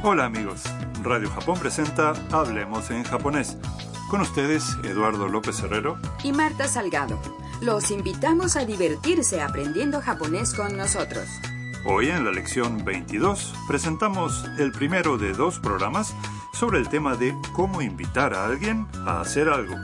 Hola amigos, Radio Japón presenta Hablemos en japonés. Con ustedes, Eduardo López Herrero y Marta Salgado. Los invitamos a divertirse aprendiendo japonés con nosotros. Hoy en la lección 22 presentamos el primero de 2 programas sobre el tema de cómo invitar a alguien a hacer algo.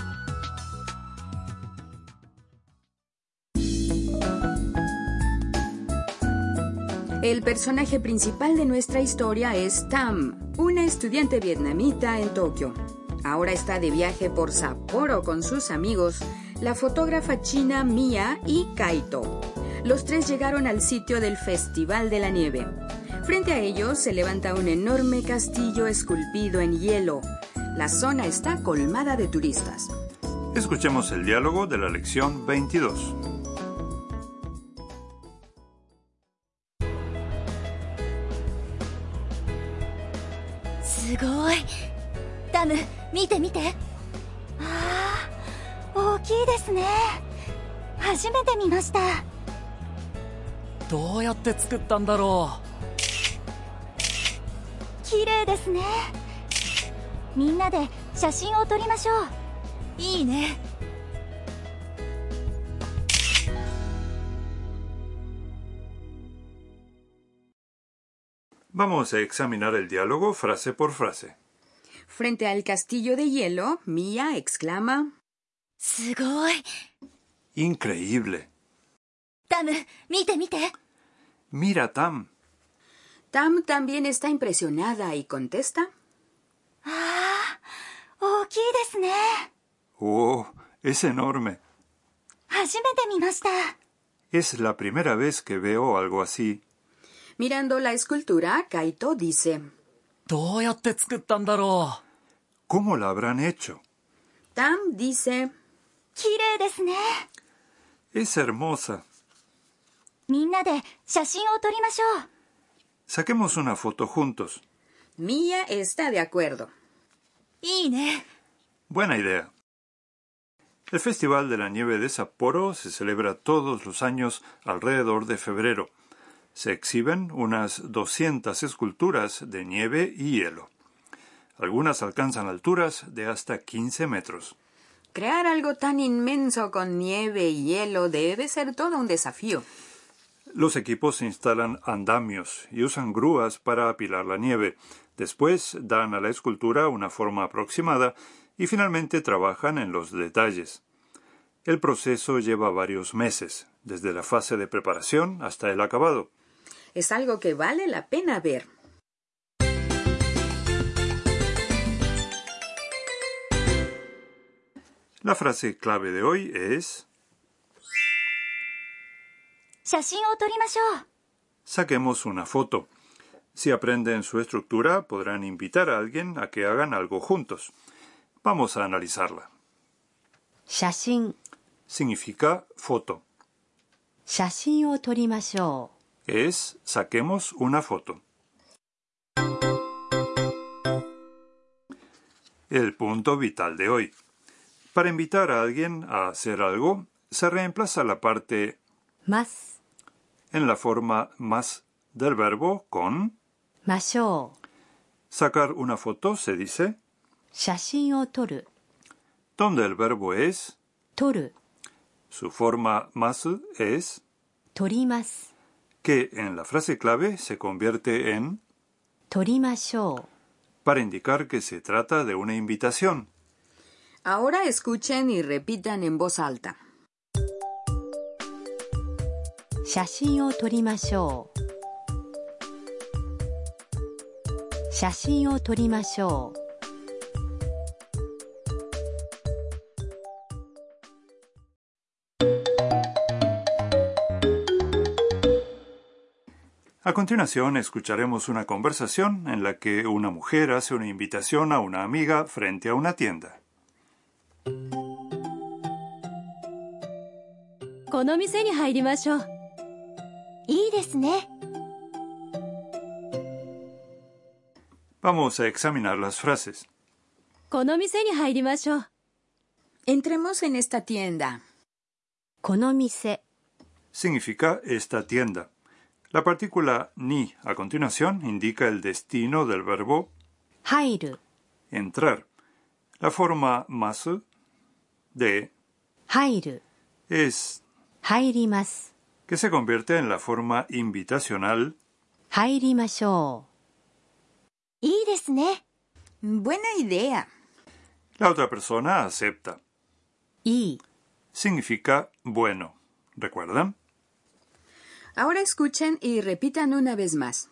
El personaje principal de nuestra historia es Tam, una estudiante vietnamita en Tokio. Ahora está de viaje por Sapporo con sus amigos, la fotógrafa china Mia y Kaito. Los 3 llegaron al sitio del Festival de la Nieve. Frente a ellos se levanta un enorme castillo esculpido en hielo. La zona está colmada de turistas. Escuchemos el diálogo de la lección 22. すごい。ダム、見て見て。ああ、大きいですね。初めて見ました。 どうやって作ったんだろう。 綺麗ですね。みんなで写真を撮りましょう。いいね。 Vamos a examinar el diálogo frase por frase. Frente al castillo de hielo, Mia exclama: すごい。 Increíble. ダム、見て見て。 Mira, Tam. Tam también está impresionada y contesta: ああ、大きいですね。 Oh, es enorme. 初めて見ました。 Es la primera vez que veo algo así. Mirando la escultura, Kaito dice: どうやって作ったんだろう。 ¿Cómo la habrán hecho? Tam dice: 綺麗ですね。 Es hermosa. みんなで写真を撮りましょう。 Saquemos una foto juntos. Mia está de acuerdo. いいね。 Buena idea. El Festival de la Nieve de Sapporo se celebra todos los años alrededor de febrero. Se exhiben unas 200 esculturas de nieve y hielo. Algunas alcanzan alturas de hasta 15 metros. Crear algo tan inmenso con nieve y hielo debe ser todo un desafío. Los equipos instalan andamios y usan grúas para apilar la nieve. Después dan a la escultura una forma aproximada y finalmente trabajan en los detalles. El proceso lleva varios meses, desde la fase de preparación hasta el acabado. Es algo que vale la pena ver. La frase clave de hoy es: 写真を撮りましょう。 saquemos una foto. Si aprenden su estructura, podrán invitar a alguien a que hagan algo juntos. Vamos a analizarla. 写真 Significa foto. 写真を撮りましょう。 Es saquemos una foto. El punto vital de hoy. Para invitar a alguien a hacer algo, se reemplaza la parte ます en la forma más del verbo con ましょう。 sacar una foto se dice 写真を撮る donde el verbo es 撮る su forma más es 撮ります que en la frase clave se convierte en 撮りましょ para indicar que se trata de una invitación. Ahora escuchen y repitan en voz alta. う。写真を撮りましょう。写真を撮りましょう。 A continuación escucharemos una conversación en la que una mujer hace una invitación a una amiga frente a una tienda. この店に入りましょう。いいですね。 Vamos a examinar las frases. この店に入りましょう。 Entremos en esta tienda. この店 Significa esta tienda. La partícula ni a continuación indica el destino del verbo 入る entrar. La forma masu de 入る es 入ります que se convierte en la forma invitacional 入りましょいいですね。 Buena idea. La otra persona acepta. ういい Significa bueno. ¿Recuerdan? Ahora escuchen y repitan una vez más.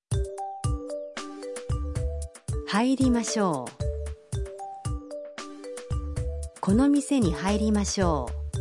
入りましょうこの店に入りましょう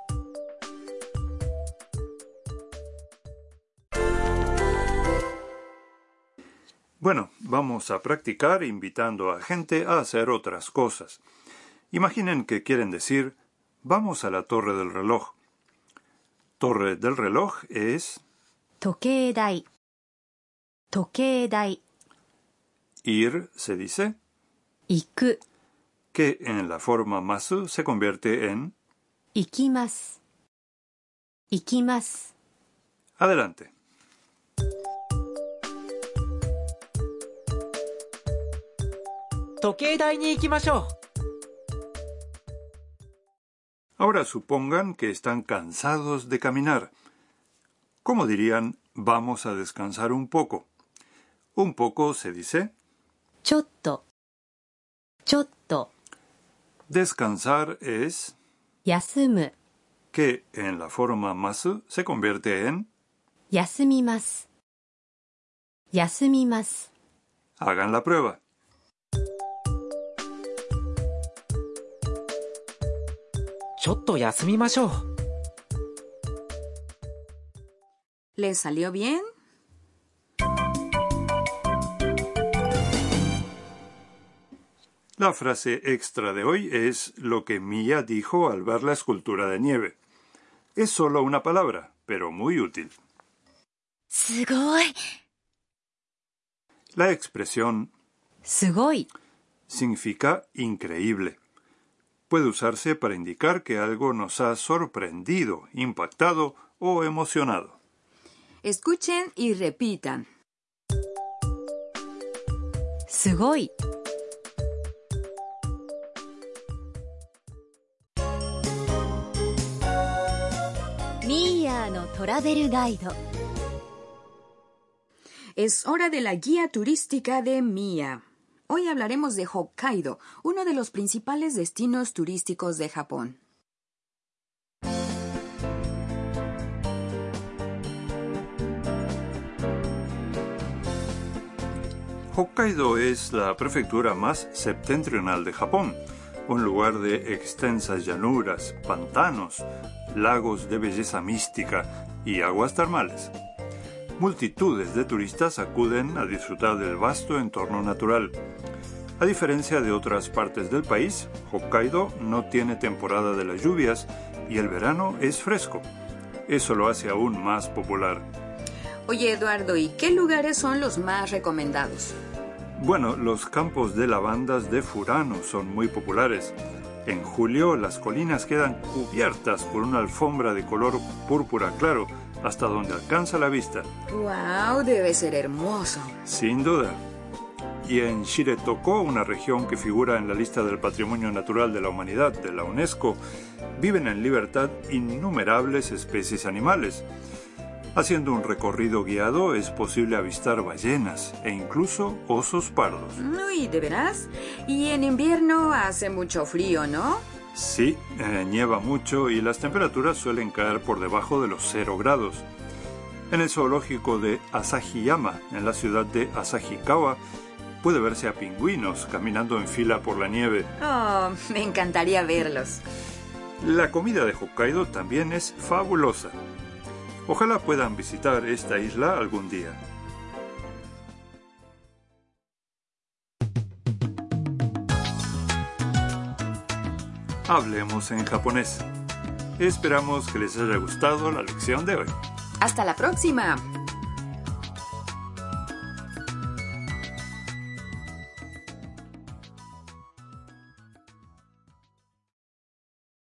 Bueno, vamos a practicar invitando a gente a hacer otras cosas. Imaginen que quieren decir, vamos a la torre del reloj. Torre del reloj es 時計台時計台 ir, se dice, 行く que en la forma masu se convierte en 行きます行きます adelante. 時計台に行きましょう。 Ahora supongan que están cansados de caminar. ¿Cómo dirían, vamos a descansar un poco? Un poco se dice ちょっと descansar es 休む que en la forma masu se convierte en 休みます休みます hagan la prueba. ちょっと休みましょう。 ¿Les salió bien? La frase extra de hoy es lo que Mia dijo al ver la escultura de nieve. Es solo una palabra, pero muy útil. すごい。 La expresión すごい significa increíble. Puede usarse para indicar que algo nos ha sorprendido, impactado o emocionado. Escuchen y repitan. すごいミーヤーのトラベルガイド。 Es hora de la guía turística de Mia. Hoy hablaremos de Hokkaido, uno de los principales destinos turísticos de Japón. Hokkaido es la prefectura más septentrional de Japón, un lugar de extensas llanuras, pantanos, lagos de belleza mística y aguas termales. Multitudes de turistas acuden a disfrutar del vasto entorno natural. A diferencia de otras partes del país, Hokkaido no tiene temporada de las lluvias y el verano es fresco. Eso lo hace aún más popular. Oye, Eduardo, ¿y qué lugares son los más recomendados? Bueno, los campos de lavandas de Furano son muy populares. En julio, las colinas quedan cubiertas por una alfombra de color púrpura claro, hasta donde alcanza la vista. ¡Wow! Debe ser hermoso. Sin duda. Y en Shiretoko, una región que figura en la lista del Patrimonio Natural de la Humanidad de la UNESCO, viven en libertad innumerables especies animales. Haciendo un recorrido guiado es posible avistar ballenas e incluso osos pardos. Uy, ¿de veras? Y en invierno hace mucho frío, ¿no? Sí, nieva mucho y las temperaturas suelen caer por debajo de los 0 grados. En el zoológico de Asahiyama, en la ciudad de Asahikawa, puede verse a pingüinos caminando en fila por la nieve. Oh, me encantaría verlos. La comida de Hokkaido también es fabulosa. Ojalá puedan visitar esta isla algún día. Hablemos en japonés. Esperamos que les haya gustado la lección de hoy. ¡Hasta la próxima!